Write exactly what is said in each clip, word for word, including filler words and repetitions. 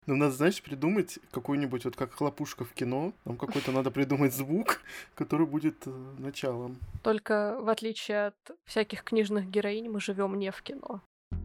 Ну, надо, знаешь, придумать какую-нибудь, вот как хлопушка в кино, нам какой-то надо придумать звук, который будет э, началом. Только в отличие от всяких книжных героинь, мы живем не в кино.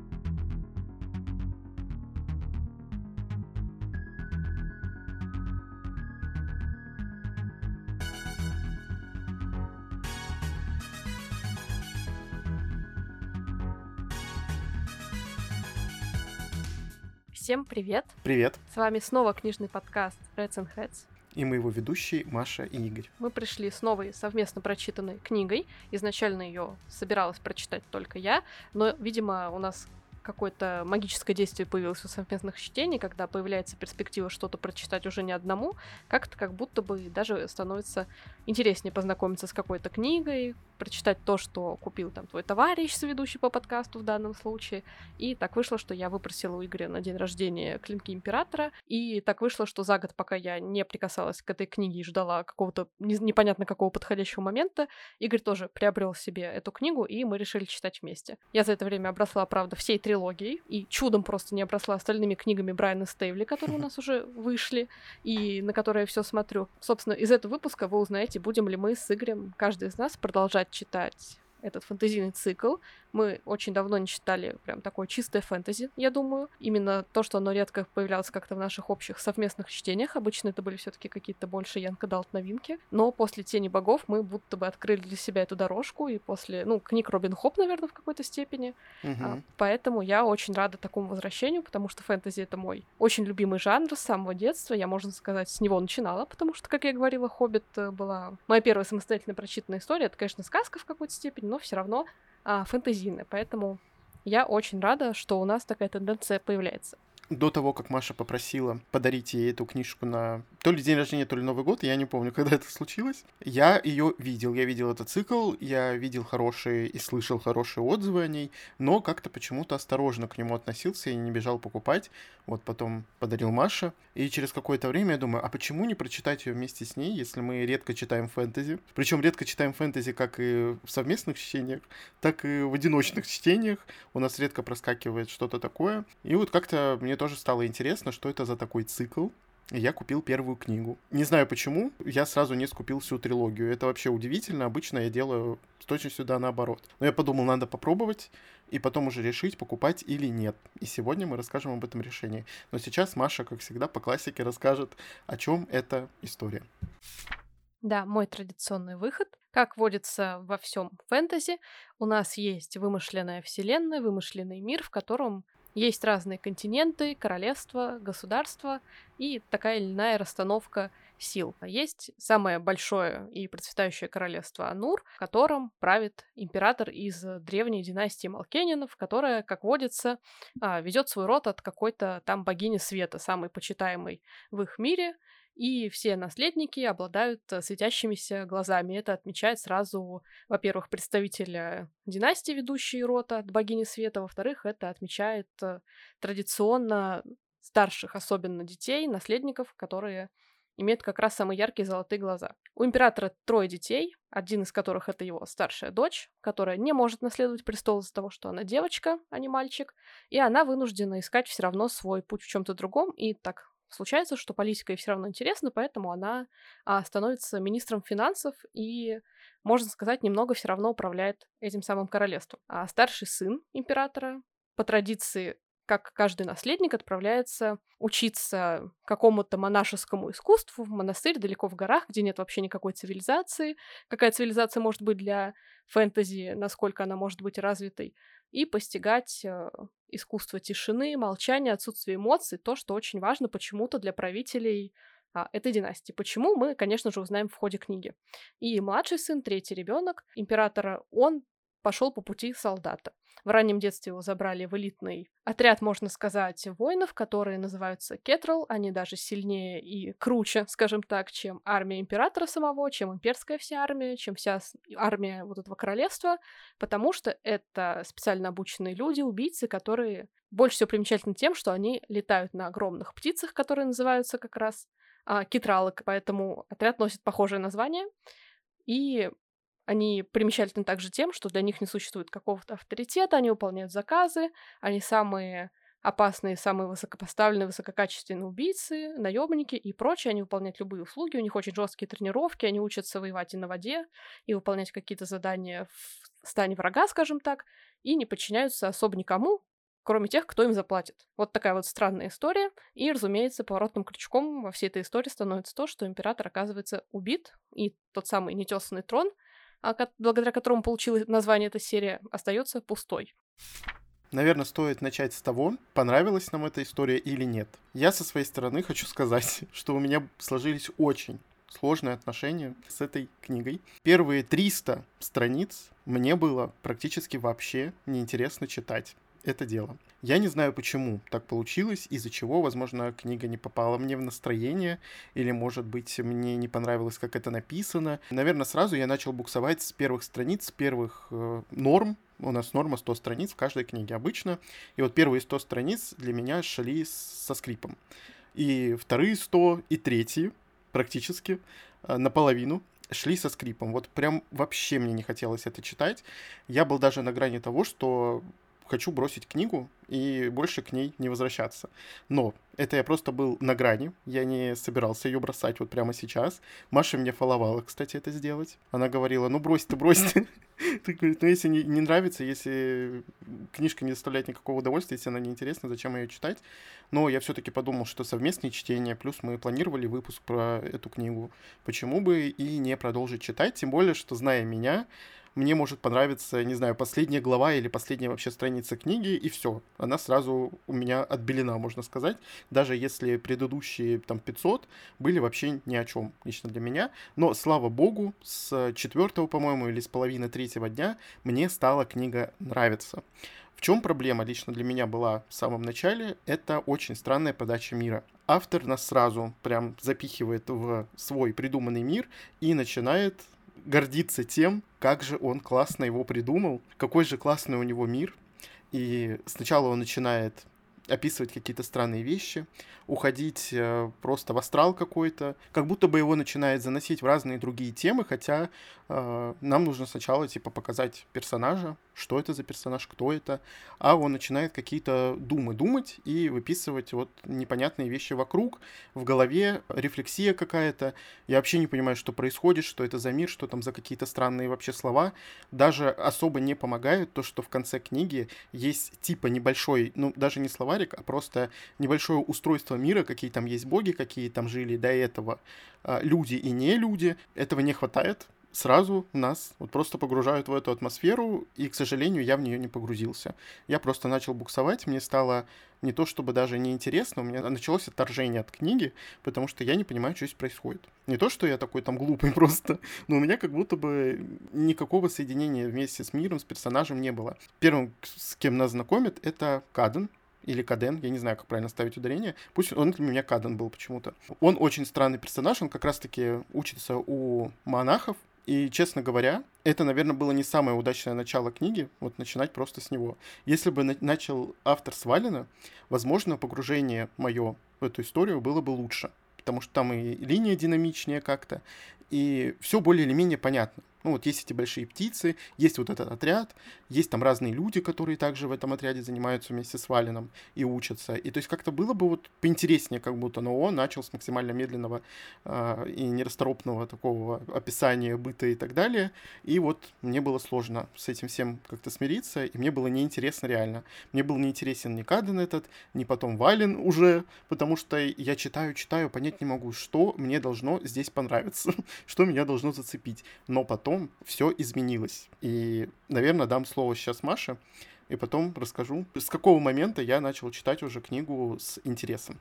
Всем привет! Привет, С вами снова книжный подкаст Reds and Heads. и мы его ведущие Маша и Игорь. Мы пришли с новой совместно прочитанной книгой. Изначально ее собиралась прочитать только я, но, видимо, у нас какое-то магическое действие появилось у совместных чтений, когда появляется перспектива что-то прочитать уже не одному, как-то как будто бы даже становится интереснее познакомиться с какой-то книгой, прочитать то, что купил там твой товарищ, соведущий по подкасту в данном случае. И так вышло, что я выпросила у Игоря на день рождения «Клинки Императора», и так вышло, что за год, пока я не прикасалась к этой книге и ждала какого-то не- непонятно какого подходящего момента, Игорь тоже приобрел себе эту книгу, и мы решили читать вместе. Я за это время обросла, правда, всей трилогией, и чудом просто не обросла остальными книгами Брайана Стейвли, которые у нас уже вышли, и на которые я все смотрю. Собственно, из этого выпуска вы узнаете, будем ли мы с Игорем, каждый из нас, продолжать читать этот фэнтезийный цикл. Мы очень давно не читали прям такое чистое фэнтези, я думаю. Именно то, что оно редко появлялось как-то в наших общих совместных чтениях. Обычно это были все-таки какие-то больше Янг Адалт новинки. Но после «Тени богов» мы будто бы открыли для себя эту дорожку. И после, ну, книг Робин Хоп, наверное, в какой-то степени. А, Мгм. поэтому я очень рада такому возвращению, потому что фэнтези — это мой очень любимый жанр с самого детства. Я, можно сказать, с него начинала, потому что, как я говорила, «Хоббит» э, была моя первая самостоятельно прочитанная история. Это, конечно, сказка в какой-то степени, но все равно а, фэнтезийная. Поэтому я очень рада, что у нас такая тенденция появляется. До того, как Маша попросила подарить ей эту книжку на то ли день рождения, то ли Новый год, я не помню, когда это случилось, я ее видел. Я видел этот цикл, я видел хорошие и слышал хорошие отзывы о ней, но как-то почему-то осторожно к нему относился и не бежал покупать. Вот потом подарил Маше. И через какое-то время я думаю, а почему не прочитать ее вместе с ней, если мы редко читаем фэнтези? Причем редко читаем фэнтези как и в совместных чтениях, так и в одиночных чтениях. У нас редко проскакивает что-то такое. И вот как-то мне тоже стало интересно, что это за такой цикл. И я купил первую книгу. Не знаю почему, я сразу не скупил всю трилогию. Это вообще удивительно. Обычно я делаю с точностью да наоборот. Но я подумал, надо попробовать, и потом уже решить, покупать или нет. И сегодня мы расскажем об этом решении. Но сейчас Маша, как всегда, по классике расскажет, о чем эта история. Да, мой традиционный выход. Как водится во всем фэнтези, у нас есть вымышленная вселенная, вымышленный мир, в котором есть разные континенты, королевства, государства и такая или иная расстановка сил. Есть самое большое и процветающее королевство Анур, в котором правит император из древней династии Малкенинов, которая, как водится, а, ведет свой род от какой-то там богини света, самой почитаемой в их мире, и все наследники обладают э, светящимися глазами. Это отмечает сразу, во-первых, представителя династии, ведущей род от богини света, во-вторых, это отмечает э, традиционно старших, особенно детей, наследников, которые имеют как раз самые яркие золотые глаза. У императора трое детей, один из которых это его старшая дочь, которая не может наследовать престол из-за того, что она девочка, а не мальчик, и она вынуждена искать все равно свой путь в чем-то другом, и так случается, что политика ей все равно интересна, поэтому она а, становится министром финансов и, можно сказать, немного все равно управляет этим самым королевством. А старший сын императора, по традиции, как каждый наследник, отправляется учиться какому-то монашескому искусству в монастырь далеко в горах, где нет вообще никакой цивилизации. Какая цивилизация может быть для фэнтези, насколько она может быть развитой, и постигать э, искусство тишины, молчания, отсутствие эмоций, то, что очень важно почему-то для правителей а, этой династии. Почему, мы, конечно же, узнаем в ходе книги. И младший сын, третий ребенок императора, он пошел по пути солдата. В раннем детстве его забрали в элитный отряд, можно сказать, воинов, которые называются Кетрал. Они даже сильнее и круче, скажем так, чем армия императора самого, чем имперская вся армия, чем вся с- армия вот этого королевства, потому что это специально обученные люди, убийцы, которые больше всего примечательны тем, что они летают на огромных птицах, которые называются как раз а, кетралок, поэтому отряд носит похожее название. И они примечательны также тем, что для них не существует какого-то авторитета, они выполняют заказы, они самые опасные, самые высокопоставленные, высококачественные убийцы, наемники и прочее. Они выполняют любые услуги, у них очень жесткие тренировки, они учатся воевать и на воде, и выполнять какие-то задания в стане врага, скажем так, и не подчиняются особо никому, кроме тех, кто им заплатит. Вот такая вот странная история. И, разумеется, поворотным крючком во всей этой истории становится то, что император оказывается убит, и тот самый нетесанный трон, а ко- благодаря которому получила название эта серия, остается пустой. Наверное, стоит начать с того, понравилась нам эта история или нет. Я со своей стороны хочу сказать, что у меня сложились очень сложные отношения с этой книгой. Первые триста страниц мне было практически вообще неинтересно читать это дело. Я не знаю, почему так получилось, из-за чего, возможно, книга не попала мне в настроение, или, может быть, мне не понравилось, как это написано. Наверное, сразу я начал буксовать с первых страниц, с первых э, норм. У нас норма сто страниц в каждой книге обычно. И вот первые сто страниц для меня шли со скрипом. И вторые сто, и третьи практически э, наполовину шли со скрипом. Вот прям вообще мне не хотелось это читать. Я был даже на грани того, что хочу бросить книгу и больше к ней не возвращаться. Но это я просто был на грани, я не собирался ее бросать вот прямо сейчас. Маша мне фоловала, кстати, это сделать. Она говорила, ну брось ты, брось ты. Ты говоришь, ну если не, не нравится, если книжка не доставляет никакого удовольствия, если она неинтересна, зачем ее читать? Но я все-таки подумал, что совместное чтение, плюс мы планировали выпуск про эту книгу, почему бы и не продолжить читать, тем более, что, зная меня, мне может понравиться, не знаю, последняя глава или последняя вообще страница книги, и все. Она сразу у меня отбелена, можно сказать, даже если предыдущие там пятьсот были вообще ни о чем лично для меня. Но, слава богу, с четвертого, по-моему, или с половины третьего дня мне стала книга нравиться. В чем проблема лично для меня была в самом начале? Это очень странная подача мира. Автор нас сразу прям запихивает в свой придуманный мир и начинает гордиться тем, как же он классно его придумал, какой же классный у него мир. И сначала он начинает описывать какие-то странные вещи, уходить э, просто в астрал какой-то, как будто бы его начинает заносить в разные другие темы, хотя э, нам нужно сначала типа показать персонажа, что это за персонаж, кто это, а он начинает какие-то думы думать и выписывать вот непонятные вещи вокруг, в голове, рефлексия какая-то. Я вообще не понимаю, что происходит, что это за мир, что там за какие-то странные вообще слова. Даже особо не помогает то, что в конце книги есть типа небольшой, ну даже не словарик, а просто небольшое устройство мира, какие там есть боги, какие там жили до этого, люди и не люди. Этого не хватает. Сразу нас вот просто погружают в эту атмосферу, и, к сожалению, я в нее не погрузился. Я просто начал буксовать, мне стало не то чтобы даже неинтересно, у меня началось отторжение от книги, потому что я не понимаю, что здесь происходит. Не то, что я такой там глупый просто, но у меня как будто бы никакого соединения вместе с миром, с персонажем не было. Первым, с кем нас знакомят, это Каден, или Каден, я не знаю, как правильно ставить ударение. Пусть он для меня Каден был почему-то. Он очень странный персонаж, он как раз-таки учится у монахов, и, честно говоря, это, наверное, было не самое удачное начало книги, вот начинать просто с него. Если бы на- начал автор с Валина, возможно, погружение мое в эту историю было бы лучше, потому что там и линия динамичнее как-то, и все более или менее понятно. Ну вот есть эти большие птицы, есть вот этот отряд, есть там разные люди, которые также в этом отряде занимаются вместе с Валином и учатся. И то есть как-то было бы вот поинтереснее как будто, но он начал с максимально медленного э, и нерасторопного такого описания быта и так далее. И вот мне было сложно с этим всем как-то смириться, и мне было неинтересно реально. Мне был неинтересен ни Каден этот, ни потом Валин уже, потому что я читаю, читаю, понять не могу, что мне должно здесь понравиться, что меня должно зацепить. Но потом все изменилось. И, наверное, дам слово сейчас Маше, и потом расскажу, с какого момента я начал читать уже книгу с интересом.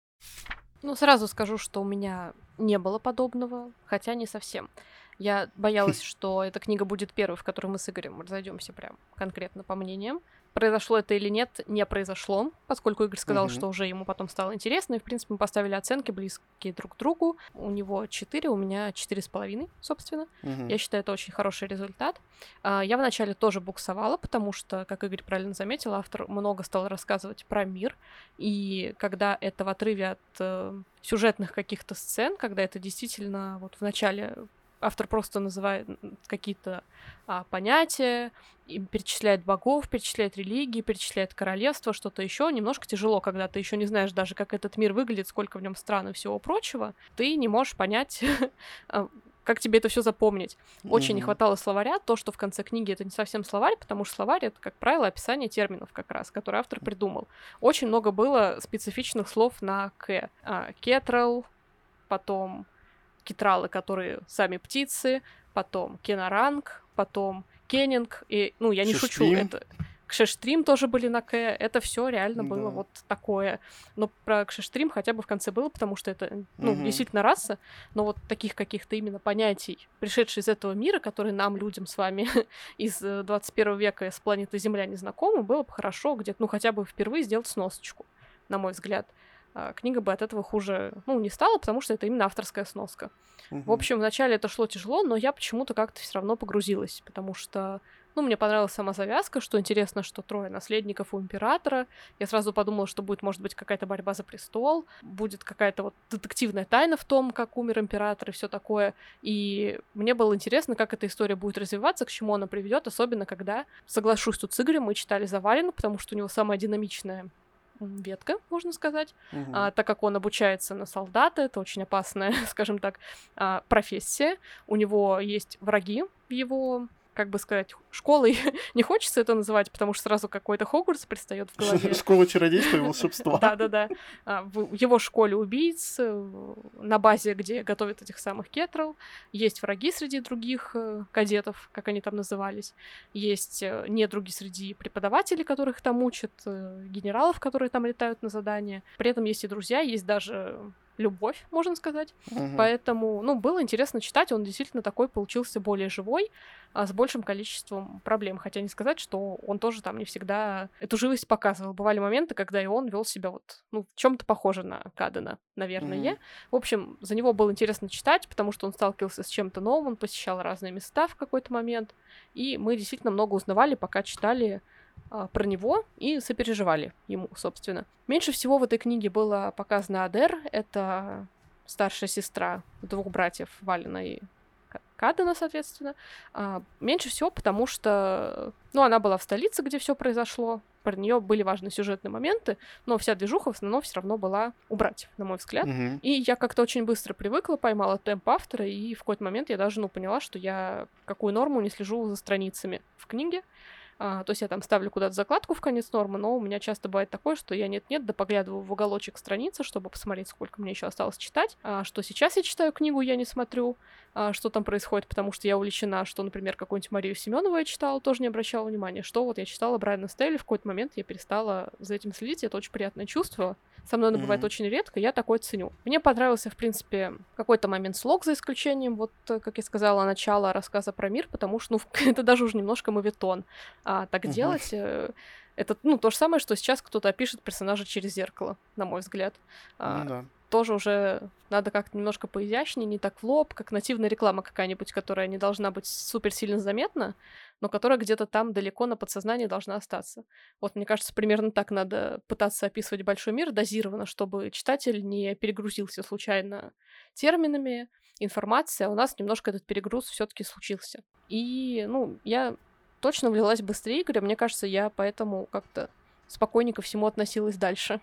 Ну, сразу скажу, что у меня не было подобного, хотя не совсем. Я боялась, что эта книга будет первой, в которой мы с Игорем разойдемся прям конкретно по мнениям. Произошло это или нет, не произошло, поскольку Игорь сказал, Мгм. что уже ему потом стало интересно, и, в принципе, мы поставили оценки близкие друг к другу. У него четыре, у меня четыре с половиной, собственно. Мгм. Я считаю, это очень хороший результат. А, Я вначале тоже буксовала, потому что, как Игорь правильно заметил, автор много стал рассказывать про мир, и когда это в отрыве от э, сюжетных каких-то сцен, когда это действительно вот в начале автор просто называет какие-то а, понятия, и перечисляет богов, перечисляет религии, перечисляет королевство, что-то еще. Немножко тяжело, когда ты еще не знаешь даже, как этот мир выглядит, сколько в нем стран и всего прочего. Ты не можешь понять, как тебе это все запомнить. Очень не Мгм. хватало словаря. То, что в конце книги, это не совсем словарь, потому что словарь — это, как правило, описание терминов как раз, которые автор придумал. Очень много было специфичных слов на «к». А, кетрал, потом китралы, которые сами птицы, потом кенаранг, потом кеннинг, и, ну, я не шучу, Шиштрим. это... Кшештрим тоже были на К, это все реально было Да. вот такое. Но про Кшештрим хотя бы в конце было, потому что это, ну, Мгм. действительно раса, но вот таких каких-то именно понятий, пришедших из этого мира, которые нам, людям с вами из э, двадцать первого века с планеты Земля не знакомы, было бы хорошо где-то, ну, хотя бы впервые сделать сносочку, на мой взгляд. А, книга бы от этого хуже, ну, не стала, потому что это именно авторская сноска. В Мгм. общем, вначале это шло тяжело, но я почему-то как-то все равно погрузилась, потому что, ну, мне понравилась сама завязка, что интересно, что трое наследников у императора. Я сразу подумала, что будет, может быть, какая-то борьба за престол, будет какая-то вот детективная тайна в том, как умер император и все такое. И мне было интересно, как эта история будет развиваться, к чему она приведет, особенно когда, соглашусь тут с Игорем, мы читали Завалина, потому что у него самая динамичная м, ветка, можно сказать, Мгм. а, так как он обучается на солдата, это очень опасная, скажем так, а, профессия. У него есть враги в его, как бы сказать, школой. Не хочется это называть, потому что сразу какой-то Хогвартс предстает в голове. Школа чародейства и волшебства. Да-да-да. А, В его школе убийц, э, на базе, где готовят этих самых кетрал, есть враги среди других э, кадетов, как они там назывались, есть э, недруги среди преподавателей, которых там учат, э, генералов, которые там летают на задания. При этом есть и друзья, есть даже любовь, можно сказать. Мгм. Поэтому, ну, было интересно читать, он действительно такой получился более живой, а, с большим количеством проблем. Хотя не сказать, что он тоже там не всегда эту живость показывал. Бывали моменты, когда и он вел себя вот, ну, в чем-то похоже на Кадена, наверное. Мгм. В общем, за него было интересно читать, потому что он сталкивался с чем-то новым, он посещал разные места в какой-то момент, и мы действительно много узнавали, пока читали а, про него и сопереживали ему, собственно. Меньше всего в этой книге было показано Адер. Это старшая сестра двух братьев Валина и Ка- Кадена, соответственно. А, меньше всего, потому что, ну, она была в столице, где все произошло. Про нее были важные сюжетные моменты, но вся движуха в основном все равно была у братьев, на мой взгляд. Мгм. И я как-то очень быстро привыкла, поймала темп автора, и в какой-то момент я даже, ну, поняла, что я какую норму не слежу за страницами в книге. А, то есть я там ставлю куда-то закладку в конец нормы, но у меня часто бывает такое, что я нет-нет, да поглядываю в уголочек страницы, чтобы посмотреть, сколько мне еще осталось читать. А, что сейчас я читаю книгу, я не смотрю, а, что там происходит, потому что я увлечена, что, например, какую-нибудь Марию Семенову я читала, тоже не обращала внимания, что вот я читала Брайана Стейли, в какой-то момент я перестала за этим следить, это очень приятное чувство. Со мной оно бывает Мгм. очень редко, я такое ценю. Мне понравился, в принципе, в какой-то момент слог, за исключением, вот, э, как я сказала, начала рассказа про мир, потому что, ну, это даже уже немножко моветон. А так Мгм. делать, э, это, ну, то же самое, что сейчас кто-то опишет персонажа через зеркало, на мой взгляд. А, Ну да. тоже уже надо как-то немножко поизящнее, не так в лоб, как нативная реклама какая-нибудь, которая не должна быть супер сильно заметна, но которая где-то там далеко на подсознании должна остаться. Вот, мне кажется, примерно так надо пытаться описывать большой мир дозированно, чтобы читатель не перегрузился случайно терминами, информацией, а у нас немножко этот перегруз все-таки случился. И, ну, я точно влилась быстрее Игоря, мне кажется, я поэтому как-то спокойненько к всему относилась дальше.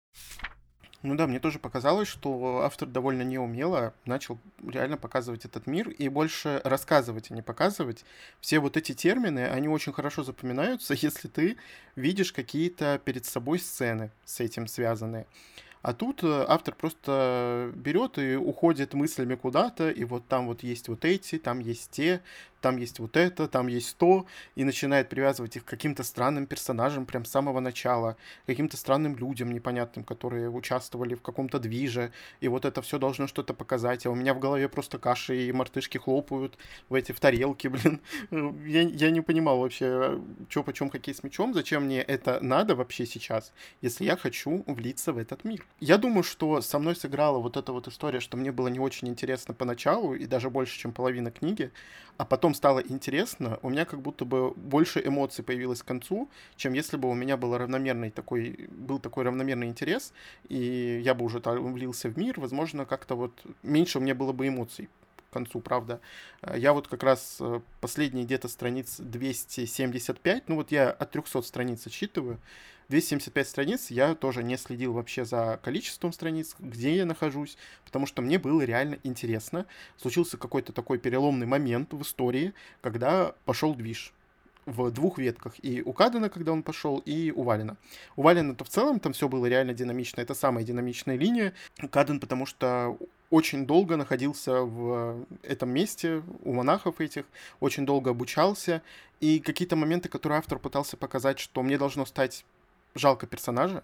Ну да, мне тоже показалось, что автор довольно неумело начал реально показывать этот мир и больше рассказывать, а не показывать. Все вот эти термины, они очень хорошо запоминаются, если ты видишь какие-то перед собой сцены с этим связанные. А тут э, автор просто берет и уходит мыслями куда-то, и вот там вот есть вот эти, там есть те, там есть вот это, там есть то, и начинает привязывать их к каким-то странным персонажам прям с самого начала, каким-то странным людям непонятным, которые участвовали в каком-то движе, и вот это все должно что-то показать, а у меня в голове просто каши и мартышки хлопают в эти в тарелки, блин. Я, я не понимал вообще, что почем какие с мечом, зачем мне это надо вообще сейчас, если я хочу влиться в этот мир. Я думаю, что со мной сыграла вот эта вот история, что мне было не очень интересно поначалу, и даже больше, чем половина книги, а потом стало интересно, у меня как будто бы больше эмоций появилось к концу, чем если бы у меня был равномерный такой, был такой равномерный интерес, и я бы уже там влился в мир, возможно, как-то вот меньше у меня было бы эмоций к концу, правда. Я вот как раз последние где-то страниц двести семьдесят пять, ну вот я от трехсот страниц отсчитываю, двести семьдесят пять страниц, я тоже не следил вообще за количеством страниц, где я нахожусь, потому что мне было реально интересно. Случился какой-то такой переломный момент в истории, когда пошел движ в двух ветках. И у Каддена, когда он пошел, и у Валина. У Валина-то в целом там все было реально динамично. Это самая динамичная линия. Кадден, потому что очень долго находился в этом месте, у монахов этих, очень долго обучался. И какие-то моменты, которые автор пытался показать, что мне должно стать жалко персонажа,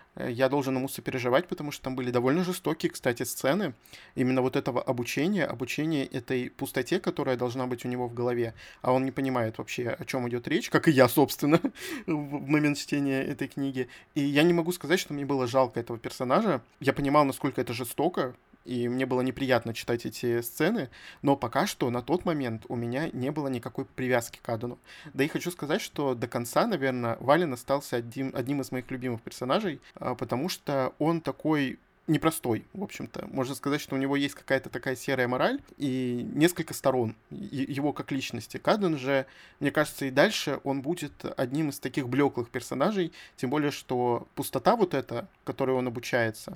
я должен ему сопереживать, потому что там были довольно жестокие, кстати, сцены именно вот этого обучения, обучения этой пустоте, которая должна быть у него в голове, а он не понимает вообще, о чем идет речь, как и я, собственно, в момент чтения этой книги. И я не могу сказать, что мне было жалко этого персонажа. Я понимал, насколько это жестоко, и мне было неприятно читать эти сцены, но пока что на тот момент у меня не было никакой привязки к Каддену. Да и хочу сказать, что до конца, наверное, Вален остался одним, одним из моих любимых персонажей, потому что он такой непростой, в общем-то. Можно сказать, что у него есть какая-то такая серая мораль и несколько сторон его как личности. Кадден же, мне кажется, и дальше он будет одним из таких блеклых персонажей, тем более, что пустота вот эта, которой он обучается,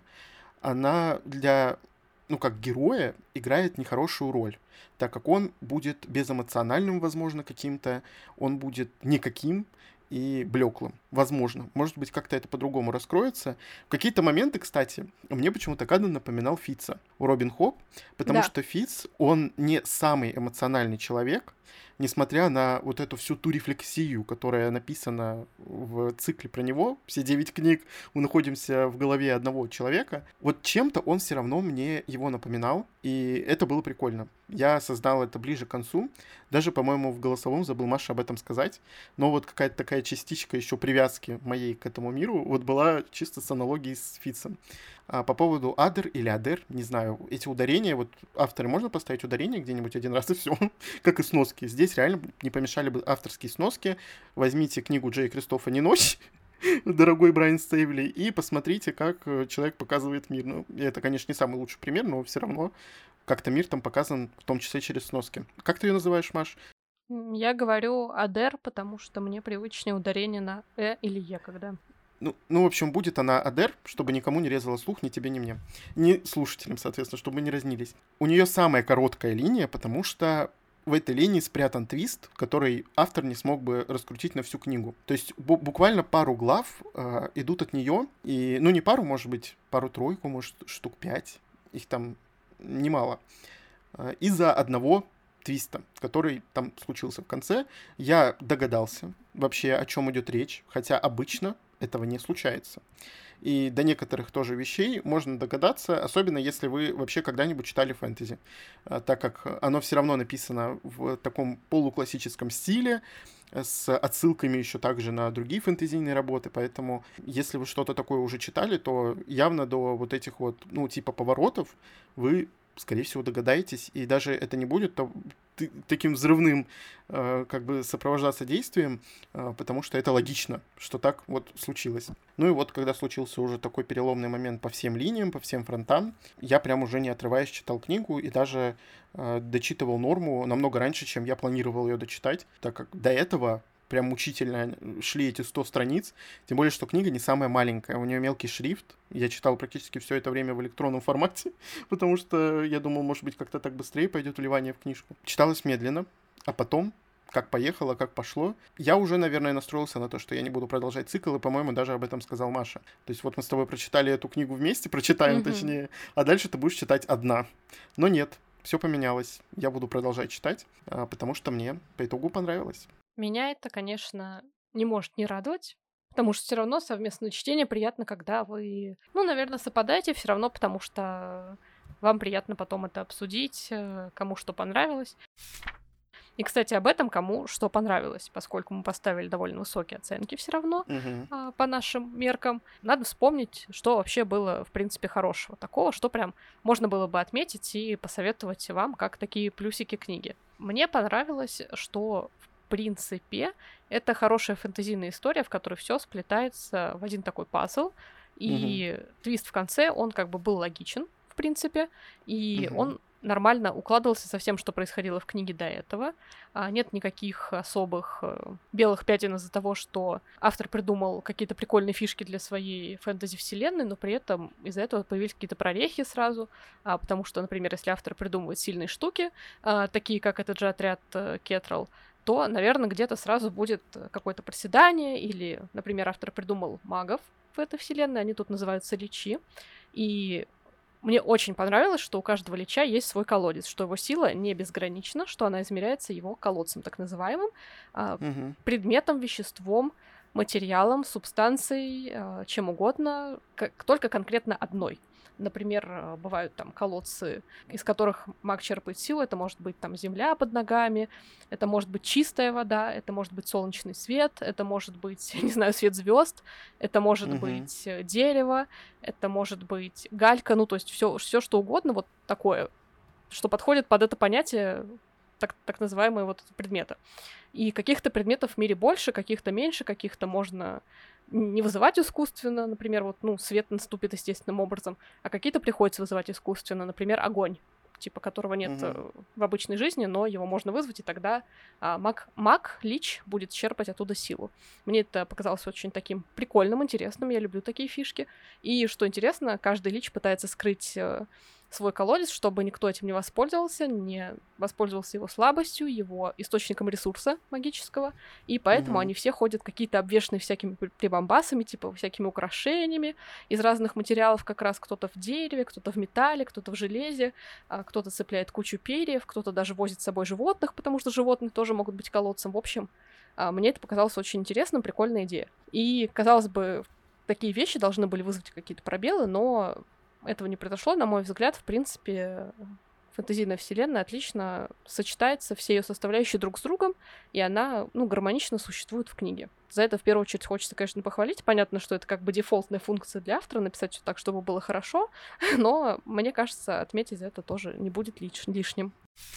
она для, ну, как героя играет нехорошую роль, так как он будет безэмоциональным, возможно, каким-то, он будет никаким и блеклым. Возможно. Может быть, как-то это по-другому раскроется. В какие-то моменты, кстати, мне почему-то Кадден напоминал Фитца у Робин Хоп, потому Да. что Фитц, он не самый эмоциональный человек, несмотря на вот эту всю ту рефлексию, которая написана в цикле про него, все девять книг, мы находимся в голове одного человека, вот чем-то он все равно мне его напоминал, и это было прикольно. Я создал это ближе к концу, даже, по-моему, в голосовом забыл Маше об этом сказать, но вот какая-то такая частичка еще привязки моей к этому миру вот была чисто с аналогией с Фитцем. А по поводу Адер или Адер, не знаю, эти ударения, вот авторы можно поставить ударение где-нибудь один раз и все, как и сноски. Здесь реально не помешали бы авторские сноски. Возьмите книгу Джея Кристофа «Не ночь», дорогой Брайан Стейвли, и посмотрите, как человек показывает мир. Ну, это, конечно, не самый лучший пример, но все равно как-то мир там показан, в том числе через сноски. Как ты ее называешь, Маш? Я говорю Адер, потому что мне привычнее ударение на Э или Е, когда... Ну, ну, в общем, будет она Адер, чтобы никому не резала слух, ни тебе, ни мне. Ни слушателям, соответственно, чтобы мы не разнились. У нее самая короткая линия, потому что в этой линии спрятан твист, который автор не смог бы раскрутить на всю книгу. То есть бу- буквально пару глав э, идут от нее, и, ну, не пару, может быть, пару-тройку, может, штук пять, их там немало, э, из-за одного твиста, который там случился в конце. Я догадался вообще, о чем идет речь, хотя обычно этого не случается. И до некоторых тоже вещей можно догадаться, особенно если вы вообще когда-нибудь читали фэнтези, так как оно все равно написано в таком полуклассическом стиле, с отсылками еще также на другие фэнтезийные работы, поэтому если вы что-то такое уже читали, то явно до вот этих вот, ну, типа поворотов вы, скорее всего, догадаетесь, и даже это не будет то, ты, таким взрывным э, как бы сопровождаться действием, э, потому что это логично, что так вот случилось. Ну и вот, когда случился уже такой переломный момент по всем линиям, по всем фронтам, я прям уже не отрываясь читал книгу и даже э, дочитывал норму намного раньше, чем я планировал ее дочитать, так как до этого прям мучительно шли эти сто страниц, тем более, что книга не самая маленькая, у нее мелкий шрифт, я читал практически все это время в электронном формате, потому что я думал, может быть, как-то так быстрее пойдет вливание в книжку. Читалось медленно, а потом, как поехало, как пошло, я уже, наверное, настроился на то, что я не буду продолжать цикл, и, по-моему, даже об этом сказал Маша. То есть вот мы с тобой прочитали эту книгу вместе, прочитаем, mm-hmm. точнее, а дальше ты будешь читать одна. Но нет, все поменялось, я буду продолжать читать, потому что мне по итогу понравилось. Меня это, конечно, не может не радовать, потому что все равно совместное чтение приятно, когда вы, ну, наверное, совпадаете все равно, потому что вам приятно потом это обсудить, кому что понравилось. И, кстати, об этом, кому что понравилось, поскольку мы поставили довольно высокие оценки все равно uh-huh. а, по нашим меркам. Надо вспомнить, что вообще было, в принципе, хорошего такого, что прям можно было бы отметить и посоветовать вам как такие плюсики книги. Мне понравилось, что в принципе это хорошая фэнтезийная история, в которой все сплетается в один такой пазл, и uh-huh. твист в конце, он как бы был логичен, в принципе, и uh-huh. он нормально укладывался со всем, что происходило в книге до этого. А, нет никаких особых э, белых пятен из-за того, что автор придумал какие-то прикольные фишки для своей фэнтези-вселенной, но при этом из-за этого появились какие-то прорехи сразу, а, потому что, например, если автор придумывает сильные штуки, а, такие как этот же отряд э, Кетрал, то, наверное, где-то сразу будет какое-то проседание, или, например, автор придумал магов в этой вселенной, они тут называются личи, и мне очень понравилось, что у каждого лича есть свой колодец, что его сила не безгранична, что она измеряется его колодцем, так называемым, а, Мгм. предметом, веществом, материалом, субстанцией, а, чем угодно, как, только конкретно одной. Например, а, бывают там колодцы, из которых маг черпает силу. Это может быть там земля под ногами, это может быть чистая вода, это может быть солнечный свет, это может быть, не знаю, свет звезд, это может Мгм. быть э, дерево, это может быть галька, ну то есть все, все что угодно вот такое, что подходит под это понятие так, так называемые вот предметы. И каких-то предметов в мире больше, каких-то меньше, каких-то можно не вызывать искусственно, например, вот, ну, свет наступит естественным образом, а какие-то приходится вызывать искусственно, например, огонь, типа которого нет Мгм. э, в обычной жизни, но его можно вызвать, и тогда а, маг, маг, лич будет черпать оттуда силу. Мне это показалось очень таким прикольным, интересным, я люблю такие фишки. И, что интересно, каждый лич пытается скрыть э, свой колодец, чтобы никто этим не воспользовался, не воспользовался его слабостью, его источником ресурса магического, и поэтому Мгм. они все ходят какие-то обвешанные всякими при- прибамбасами, типа всякими украшениями из разных материалов, как раз кто-то в дереве, кто-то в металле, кто-то в железе, а, кто-то цепляет кучу перьев, кто-то даже возит с собой животных, потому что животные тоже могут быть колодцем. В общем, а, мне это показалось очень интересным, прикольная идея. И, казалось бы, такие вещи должны были вызвать какие-то пробелы, но этого не произошло. На мой взгляд, в принципе, фэнтезийная вселенная отлично сочетается, все ее составляющие друг с другом, и она, ну, гармонично существует в книге. За это, в первую очередь, хочется, конечно, похвалить. Понятно, что это как бы дефолтная функция для автора, написать все так, чтобы было хорошо, но, мне кажется, отметить за это тоже не будет лиш- лишним.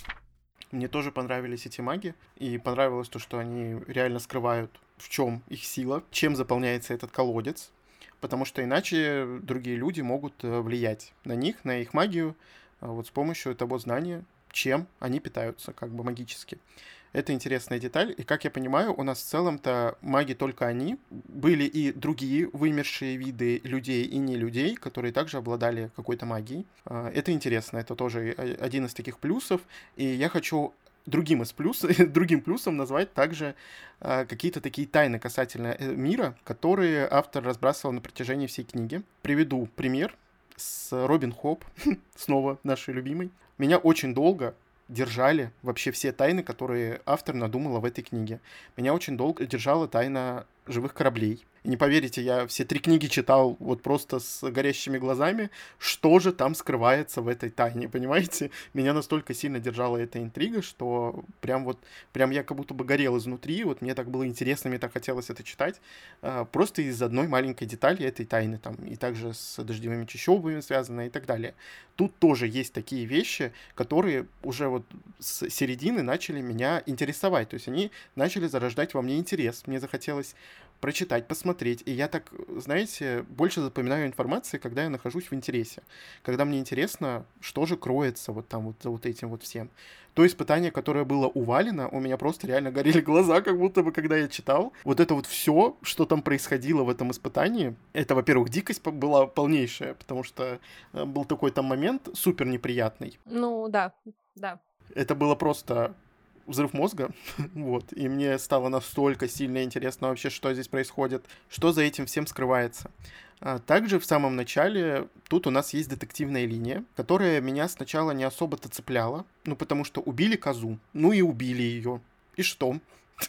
Мне тоже понравились эти маги, и понравилось то, что они реально скрывают, в чем их сила, чем заполняется этот колодец, потому что иначе другие люди могут э, влиять на них, на их магию, а вот с помощью того знания, чем они питаются, как бы магически. Это интересная деталь, и, как я понимаю, у нас в целом-то маги только они. Были и другие вымершие виды людей и не людей, которые также обладали какой-то магией. А, Это интересно, это тоже о- один из таких плюсов, и я хочу другим из плюс, другим плюсом назвать также а, какие-то такие тайны касательно э, мира, которые автор разбрасывал на протяжении всей книги. Приведу пример с Робин Хоп, снова нашей любимой. Меня очень долго держали вообще все тайны, которые автор надумала в этой книге. Меня очень долго держала тайна живых кораблей. И не поверите, я все три книги читал вот просто с горящими глазами, что же там скрывается в этой тайне, понимаете? Меня настолько сильно держала эта интрига, что прям вот, прям я как будто бы горел изнутри, вот мне так было интересно, мне так хотелось это читать, а, просто из одной маленькой детали этой тайны, там, и также с дождевыми чащобами связано и так далее. Тут тоже есть такие вещи, которые уже вот с середины начали меня интересовать, то есть они начали зарождать во мне интерес, мне захотелось прочитать, посмотреть. И я так, знаете, больше запоминаю информации, когда я нахожусь в интересе. Когда мне интересно, что же кроется вот там вот за вот этим вот всем. То испытание, которое было у Валина, у меня просто реально горели глаза, как будто бы, когда я читал. Вот это вот все, что там происходило в этом испытании, это, во-первых, дикость по- была полнейшая, потому что э, был такой там момент супер неприятный. Ну, да, да. Это было просто взрыв мозга, вот, и мне стало настолько сильно интересно вообще, что здесь происходит, что за этим всем скрывается. А также в самом начале тут у нас есть детективная линия, которая меня сначала не особо-то цепляла, ну, потому что убили козу, ну и убили ее. И что?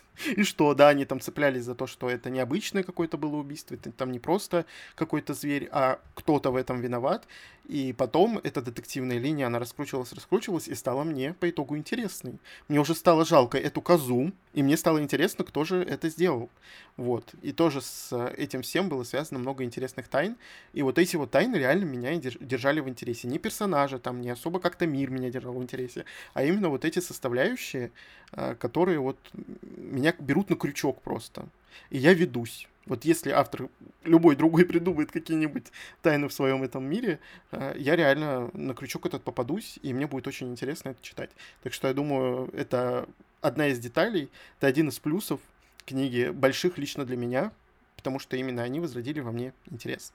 И что, да, они там цеплялись за то, что это необычное какое-то было убийство, это там не просто какой-то зверь, а кто-то в этом виноват. И потом эта детективная линия, она раскручивалась, раскручивалась и стала мне по итогу интересной. Мне уже стало жалко эту козу, и мне стало интересно, кто же это сделал. Вот. И тоже с этим всем было связано много интересных тайн. И вот эти вот тайны реально меня и держ- держали в интересе. Не персонажи, там, не особо как-то мир меня держал в интересе, а именно вот эти составляющие, а, которые вот меня берут на крючок просто. И я ведусь. Вот если автор любой другой придумает какие-нибудь тайны в своем этом мире, я реально на крючок этот попадусь, и мне будет очень интересно это читать. Так что я думаю, это одна из деталей, это один из плюсов книги, больших лично для меня, потому что именно они возродили во мне интерес.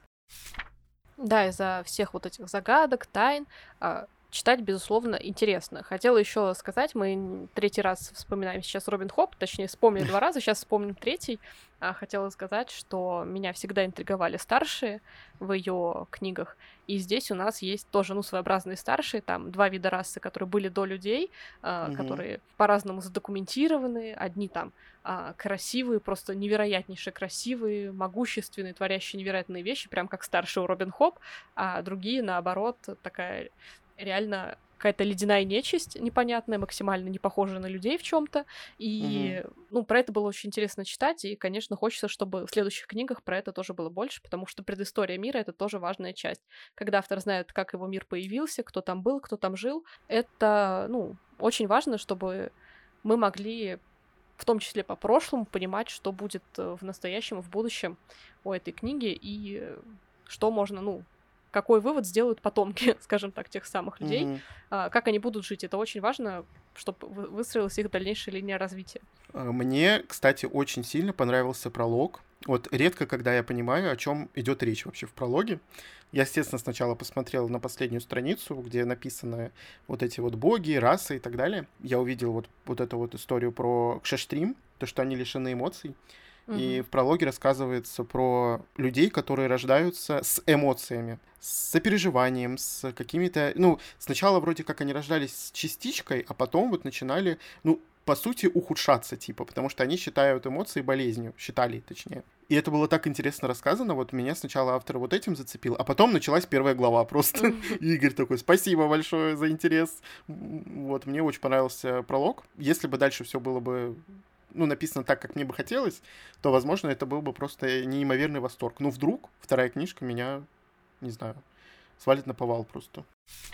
Да, из-за всех вот этих загадок, тайн, читать, безусловно, интересно. Хотела еще сказать, мы третий раз вспоминаем сейчас Робин Хоп, точнее, вспомнили два раза, сейчас вспомним третий. Хотела сказать, что меня всегда интриговали старшие в ее книгах, и здесь у нас есть тоже, ну, своеобразные старшие, там два вида расы, которые были до людей, mm-hmm. которые по-разному задокументированы, одни там красивые, просто невероятнейше красивые, могущественные, творящие невероятные вещи, прям как старший у Робин Хоп, а другие, наоборот, такая реально какая-то ледяная нечисть непонятная, максимально не похожая на людей в чем-то. И, mm-hmm. ну, про это было очень интересно читать, и, конечно, хочется, чтобы в следующих книгах про это тоже было больше, потому что предыстория мира — это тоже важная часть. Когда автор знает, как его мир появился, кто там был, кто там жил, это, ну, очень важно, чтобы мы могли, в том числе по прошлому, понимать, что будет в настоящем и в будущем у этой книги, и что можно, ну, какой вывод сделают потомки, скажем так, тех самых людей, mm-hmm. а, как они будут жить. Это очень важно, чтобы выстроилась их дальнейшая линия развития. Мне, кстати, очень сильно понравился пролог. Вот редко, когда я понимаю, о чем идет речь вообще в прологе. Я, естественно, сначала посмотрел на последнюю страницу, где написаны вот эти вот боги, расы и так далее. Я увидел вот, вот эту вот историю про Кшештрим, то, что они лишены эмоций. Mm-hmm. И в прологе рассказывается про людей, которые рождаются с эмоциями, с сопереживанием, с какими-то... Ну, сначала вроде как они рождались с частичкой, а потом вот начинали, ну, по сути, ухудшаться, типа, потому что они считают эмоции болезнью, считали, точнее. И это было так интересно рассказано, вот меня сначала автор вот этим зацепил, а потом началась первая глава просто. Mm-hmm. И Игорь такой: спасибо большое за интерес. Вот, мне очень понравился пролог. Если бы дальше все было бы... ну, написано так, как мне бы хотелось, то, возможно, это был бы просто неимоверный восторг. Ну, вдруг вторая книжка меня, не знаю, свалит на повал просто.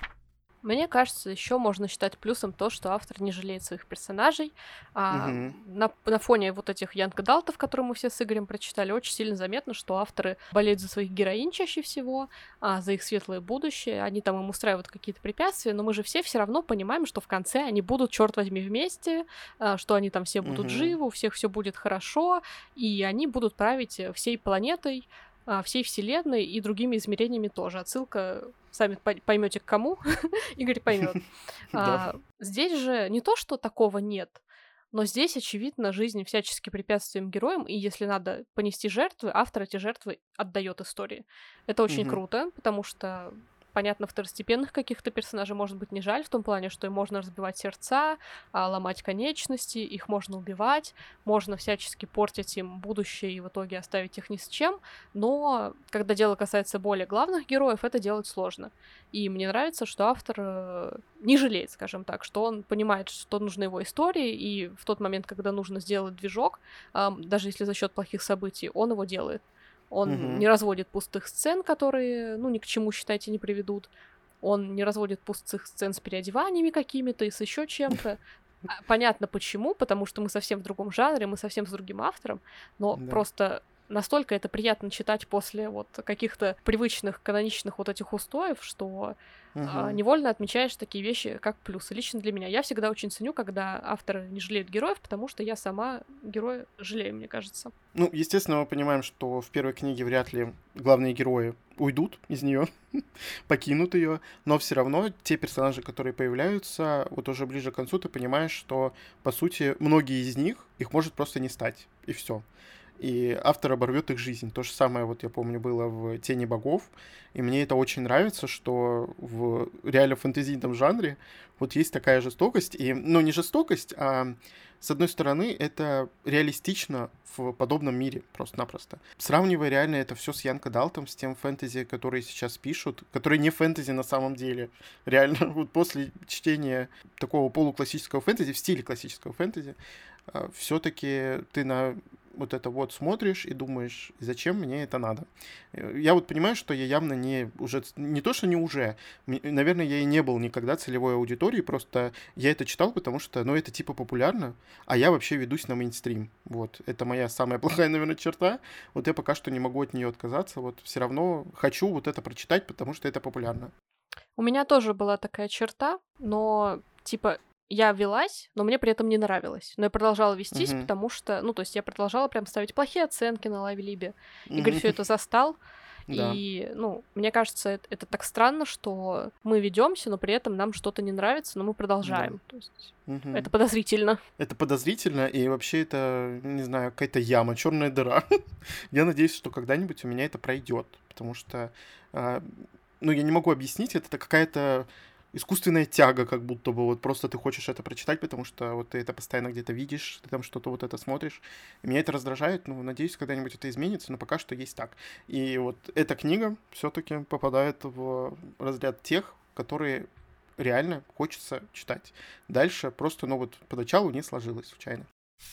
Мне кажется, еще можно считать плюсом то, что автор не жалеет своих персонажей. А, угу. на, на фоне вот этих янг-адалтов, которые мы все с Игорем прочитали, очень сильно заметно, что авторы болеют за своих героинь чаще всего, а, за их светлое будущее. Они там им устраивают какие-то препятствия, но мы же все все равно понимаем, что в конце они будут, черт возьми, вместе, а, что они там все будут угу. живы, у всех все будет хорошо, и они будут править всей планетой, всей вселенной и другими измерениями тоже. Отсылка, сами поймете к кому, Игорь поймет. а, здесь же не то, что такого нет, но здесь, очевидно, жизнь всячески препятствием героям, и если надо понести жертвы, автор эти жертвы отдает истории. Это очень mm-hmm. круто, потому что, понятно, второстепенных каких-то персонажей может быть не жаль, в том плане, что им можно разбивать сердца, ломать конечности, их можно убивать, можно всячески портить им будущее и в итоге оставить их ни с чем, но когда дело касается более главных героев, это делать сложно. И мне нравится, что автор не жалеет, скажем так, что он понимает, что нужны его истории, и в тот момент, когда нужно сделать движок, даже если за счет плохих событий, он его делает. Он угу. не разводит пустых сцен, которые, ну, ни к чему, считайте, не приведут. Он не разводит пустых сцен с переодеваниями какими-то и с еще чем-то. Понятно почему, потому что мы совсем в другом жанре, мы совсем с другим автором, но да. просто настолько это приятно читать после вот каких-то привычных, каноничных вот этих устоев, что угу. а, невольно отмечаешь такие вещи, как плюсы. Лично для меня. Я всегда очень ценю, когда авторы не жалеют героев, потому что я сама героя жалею, мне кажется. Ну, естественно, мы понимаем, что в первой книге вряд ли главные герои уйдут из нее, покинут ее, но все равно те персонажи, которые появляются, вот уже ближе к концу ты понимаешь, что, по сути, многие из них, их может просто не стать, и все. И автор оборвет их жизнь. То же самое, вот я помню, было в «Тени богов», и мне это очень нравится, что в реально фэнтезийном жанре вот есть такая жестокость, и, ну, не жестокость, а, с одной стороны, это реалистично в подобном мире, просто-напросто. Сравнивая реально это все с Янг Адалтом, с тем фэнтези, которые сейчас пишут, которые не фэнтези на самом деле. Реально, вот после чтения такого полуклассического фэнтези, в стиле классического фэнтези, все-таки ты на вот это вот смотришь и думаешь, зачем мне это надо. Я вот понимаю, что я явно не уже, не то, что не уже, наверное, я и не был никогда целевой аудиторией, просто я это читал, потому что, ну, это типа популярно, а я вообще ведусь на мейнстрим. Вот, это моя самая плохая, наверное, черта. Вот я пока что не могу от нее отказаться, вот все равно хочу вот это прочитать, потому что это популярно. У меня тоже была такая черта, но, типа, я велась, но мне при этом не нравилось. Но я продолжала вестись, Мгм. потому что, ну, то есть я продолжала прям ставить плохие оценки на Лайвлибе. Игорь Мгм. все это застал. Да. И, ну, мне кажется, это, это так странно, что мы ведемся, но при этом нам что-то не нравится, но мы Да. продолжаем. То есть Мгм. это подозрительно. Это подозрительно, и вообще это, не знаю, какая-то яма, черная дыра. Я надеюсь, что когда-нибудь у меня это пройдет, потому что, а, ну, я не могу объяснить, это какая-то искусственная тяга, как будто бы вот просто ты хочешь это прочитать, потому что вот ты это постоянно где-то видишь, ты там что-то вот это смотришь. И меня это раздражает, ну, надеюсь, когда-нибудь это изменится, но пока что есть так. И вот эта книга все-таки попадает в разряд тех, которые реально хочется читать. Дальше просто, ну вот, поначалу не сложилось случайно.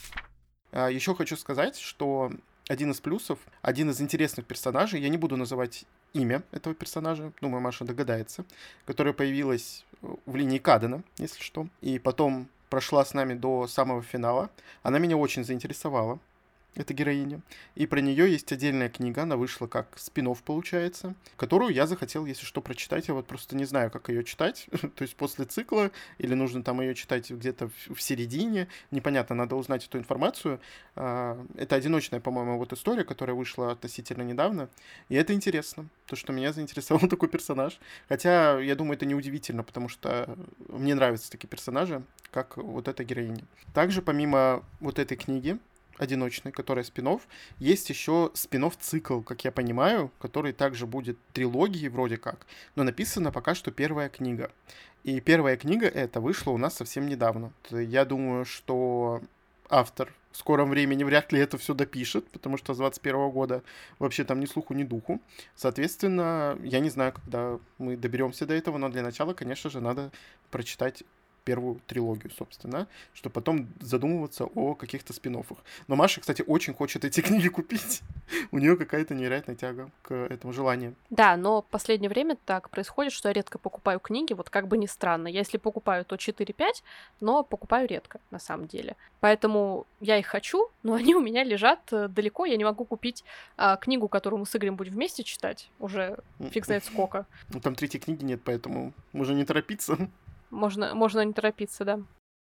А, еще хочу сказать, что один из плюсов, один из интересных персонажей, я не буду называть имя этого персонажа, думаю, Маша догадается, которая появилась в линии Кадена, если что, и потом прошла с нами до самого финала. Она меня очень заинтересовала, эта героиня. И про нее есть отдельная книга, она вышла как спин-офф, получается, которую я захотел, если что, прочитать. Я вот просто не знаю, как ее читать. То есть после цикла, или нужно там ее читать где-то в, в середине. Непонятно, надо узнать эту информацию. А, это одиночная, по-моему, вот история, которая вышла относительно недавно. И это интересно, то, что меня заинтересовал такой персонаж. Хотя, я думаю, это неудивительно, потому что мне нравятся такие персонажи, как вот эта героиня. Также, помимо вот этой книги, одиночный, которая спин-офф. Есть еще спин-офф цикл, как я понимаю, который также будет трилогией вроде как, но написана пока что первая книга. И первая книга эта вышла у нас совсем недавно. Я думаю, что автор в скором времени вряд ли это все допишет, потому что с двадцать первого года вообще там ни слуху, ни духу. Соответственно, я не знаю, когда мы доберемся до этого, но для начала, конечно же, надо прочитать первую трилогию, собственно, чтобы потом задумываться о каких-то спин-оффах. Но Маша, кстати, очень хочет эти книги купить. У нее какая-то невероятная тяга к этому желанию. Да, но в последнее время так происходит, что я редко покупаю книги, вот как бы ни странно. Я если покупаю, то четыре-пять, но покупаю редко, на самом деле. Поэтому я их хочу, но они у меня лежат далеко, я не могу купить а, книгу, которую мы с Игорем будем вместе читать, уже фиг знает сколько. Ну, там третьей книги нет, поэтому можно не торопиться. Можно, можно не торопиться, да.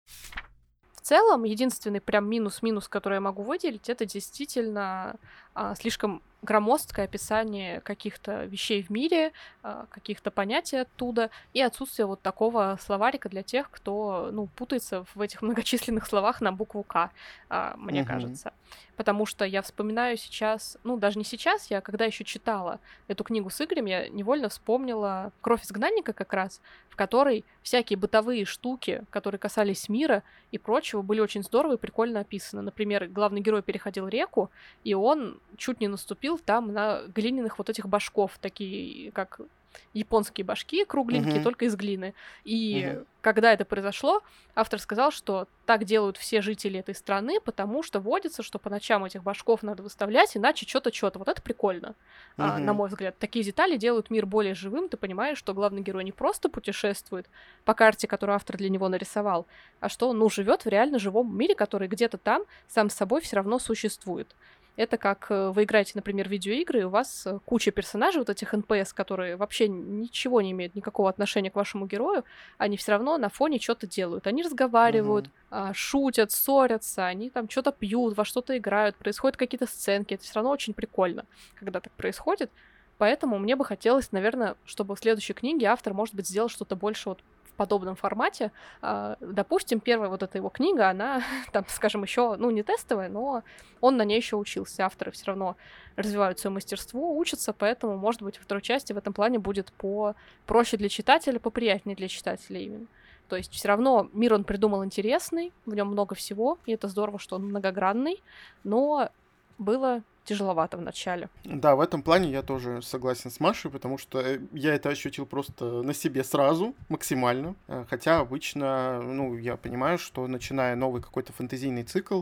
В целом, единственный прям минус-минус, который я могу выделить, это действительно а, слишком громоздкое описание каких-то вещей в мире, а, каких-то понятий оттуда, и отсутствие вот такого словарика для тех, кто, ну, путается в этих многочисленных словах на букву «К», а, мне Мгм. кажется. Потому что я вспоминаю сейчас, ну, даже не сейчас, я когда еще читала эту книгу с Игорем, я невольно вспомнила «Кровь изгнанника» как раз, в которой всякие бытовые штуки, которые касались мира и прочего, были очень здорово и прикольно описаны. Например, главный герой переходил реку, и он чуть не наступил там на глиняных вот этих башков, такие как японские башки, кругленькие, Мгм. только из глины. И Мгм. когда это произошло, автор сказал, что так делают все жители этой страны, потому что водится, что по ночам этих башков надо выставлять, иначе что-то, что-то. Вот это прикольно, а, на Мгм. мой взгляд. Такие детали делают мир более живым. Ты понимаешь, что главный герой не просто путешествует по карте, которую автор для него нарисовал, а что он, ну, живет в реально живом мире, который где-то там сам с собой все равно существует. Это как э, вы играете, например, в видеоигры, и у вас э, куча персонажей, вот этих эн пи эс, которые вообще ничего не имеют, никакого отношения к вашему герою, они все равно на фоне что-то делают. Они разговаривают, Мгм. а, шутят, ссорятся, они там что-то пьют, во что-то играют, происходят какие-то сценки. Это все равно очень прикольно, когда так происходит. Поэтому мне бы хотелось, наверное, чтобы в следующей книге автор, может быть, сделал что-то больше вот в подобном формате. А, допустим, первая вот эта его книга, она там, скажем, еще, ну, не тестовая, но он на ней еще учился. Авторы все равно развивают свое мастерство, учатся, поэтому, может быть, во второй части в этом плане будет по проще для читателя, поприятнее для читателя именно. То есть все равно мир он придумал интересный, в нем много всего, и это здорово, что он многогранный, но было тяжеловато в начале. Да, в этом плане я тоже согласен с Машей, потому что э, я это ощутил просто на себе сразу, максимально. Э, Хотя обычно, ну, я понимаю, что начиная новый какой-то фэнтезийный цикл,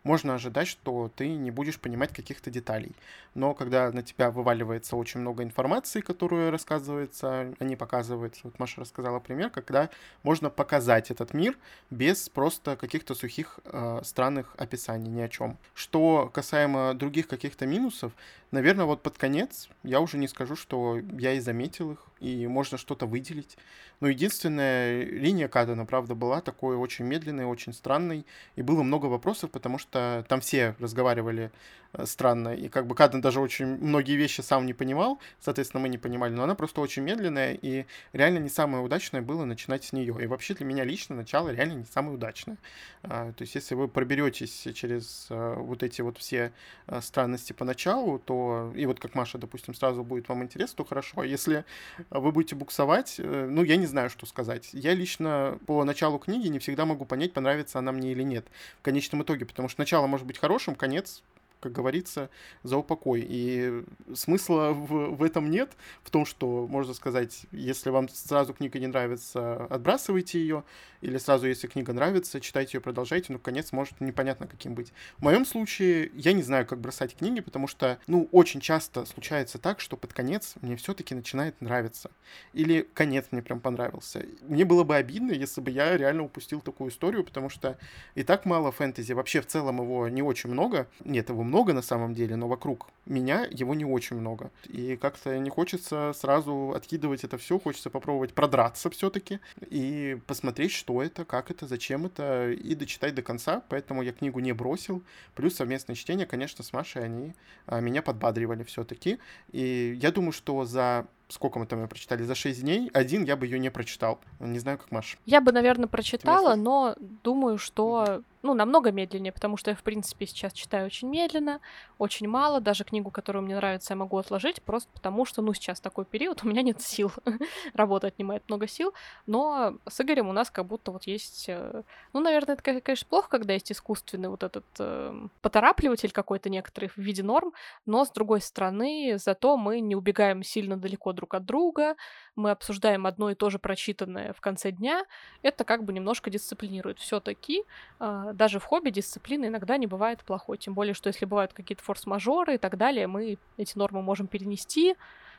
можно ожидать, что ты не будешь понимать каких-то деталей. Но когда на тебя вываливается очень много информации, которую рассказывается, они показываются. Вот Маша рассказала пример, когда можно показать этот мир без просто каких-то сухих э, странных описаний ни о чем. Что касаемо других каких-то минусов, наверное, вот под конец я уже не скажу, что я и заметил их, и можно что-то выделить. Но единственная линия Кадена, правда, была такой очень медленной, очень странной, и было много вопросов, потому что там все разговаривали э, странно, и как бы Каден даже очень многие вещи сам не понимал, соответственно, мы не понимали, но она просто очень медленная, и реально не самое удачное было начинать с нее. И вообще для меня лично начало реально не самое удачное. А, то есть если вы проберетесь через а, вот эти вот все а, странности поначалу, то, и вот как Маша, допустим, сразу будет вам интересно, то хорошо. А если вы будете буксовать, э, ну, я не знаю, что сказать. Я лично по началу книги не всегда могу понять, понравится она мне или нет в конечном итоге, потому что начало может быть хорошим, конец, как говорится, за упокой. И смысла в, в этом нет, в том, что, можно сказать, если вам сразу книга не нравится, отбрасывайте ее, или сразу, если книга нравится, читайте ее, продолжайте, но конец может непонятно каким быть. В моем случае я не знаю, как бросать книги, потому что, ну, очень часто случается так, что под конец мне все-таки начинает нравиться. Или конец мне прям понравился. Мне было бы обидно, если бы я реально упустил такую историю, потому что и так мало фэнтези, вообще в целом его не очень много. Нет, его много на самом деле, но вокруг меня его не очень много. И как-то не хочется сразу откидывать это все, хочется попробовать продраться все-таки и посмотреть, что это, как это, зачем это, и дочитать до конца, поэтому я книгу не бросил. Плюс совместное чтение, конечно, с Машей, они а, меня подбадривали все-таки. И я думаю, что за... Сколько мы там ее прочитали? За шесть дней. Один я бы ее не прочитал. Не знаю, как Маша. Я бы, наверное, прочитала, но думаю, что, ну, намного медленнее, потому что я, в принципе, сейчас читаю очень медленно, очень мало. Даже книгу, которую мне нравится, я могу отложить, просто потому что, ну, сейчас такой период, у меня нет сил. Работа отнимает много сил. Но с Игорем у нас как будто вот есть... Ну, наверное, это, конечно, плохо, когда есть искусственный вот этот э, поторапливатель какой-то некоторый в виде норм, но, с другой стороны, зато мы не убегаем сильно далеко друг от друга, мы обсуждаем одно и то же прочитанное в конце дня, это как бы немножко дисциплинирует. Все-таки э, даже в хобби дисциплина иногда не бывает плохой, тем более, что если бывают какие-то форс-мажоры и так далее, мы эти нормы можем перенести,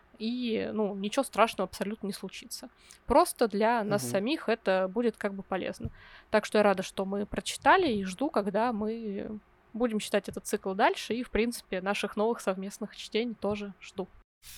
и, ну, ничего страшного абсолютно не случится. Просто для нас Мгм. самих это будет как бы полезно. Так что я рада, что мы прочитали, и жду, когда мы будем читать этот цикл дальше, и, в принципе, наших новых совместных чтений тоже жду.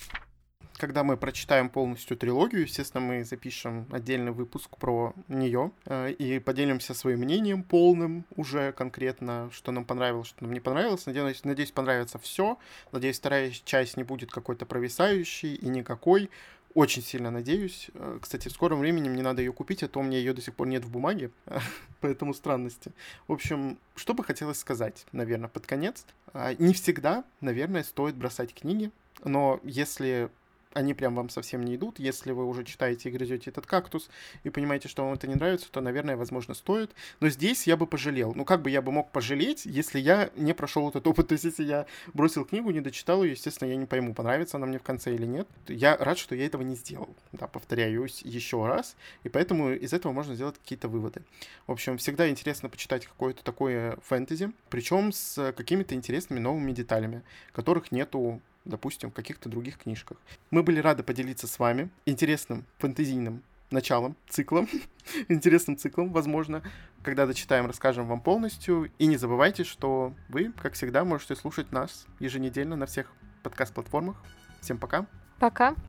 Когда мы прочитаем полностью трилогию, естественно, мы запишем отдельный выпуск про нее э, и поделимся своим мнением полным уже конкретно, что нам понравилось, что нам не понравилось. Надеюсь, надеюсь понравится все. Надеюсь, вторая часть не будет какой-то провисающей и никакой. Очень сильно надеюсь. Э, Кстати, в скором времени мне надо ее купить, а то у меня ее до сих пор нет в бумаге, поэтому странности. В общем, что бы хотелось сказать, наверное, под конец. А, Не всегда, наверное, стоит бросать книги, но если они прям вам совсем не идут. Если вы уже читаете и грызете этот кактус и понимаете, что вам это не нравится, то, наверное, возможно, стоит. Но здесь я бы пожалел. Ну, как бы я бы мог пожалеть, если я не прошел этот опыт. То есть, если я бросил книгу, не дочитал ее, естественно, я не пойму, понравится она мне в конце или нет. Я рад, что я этого не сделал. Да, повторяюсь еще раз. И поэтому из этого можно сделать какие-то выводы. В общем, всегда интересно почитать какое-то такое фэнтези, причем с какими-то интересными новыми деталями, которых нету, допустим, в каких-то других книжках. Мы были рады поделиться с вами интересным фэнтезийным началом, циклом, интересным циклом, возможно. Когда дочитаем, расскажем вам полностью. И не забывайте, что вы, как всегда, можете слушать нас еженедельно на всех подкаст-платформах. Всем пока. Пока.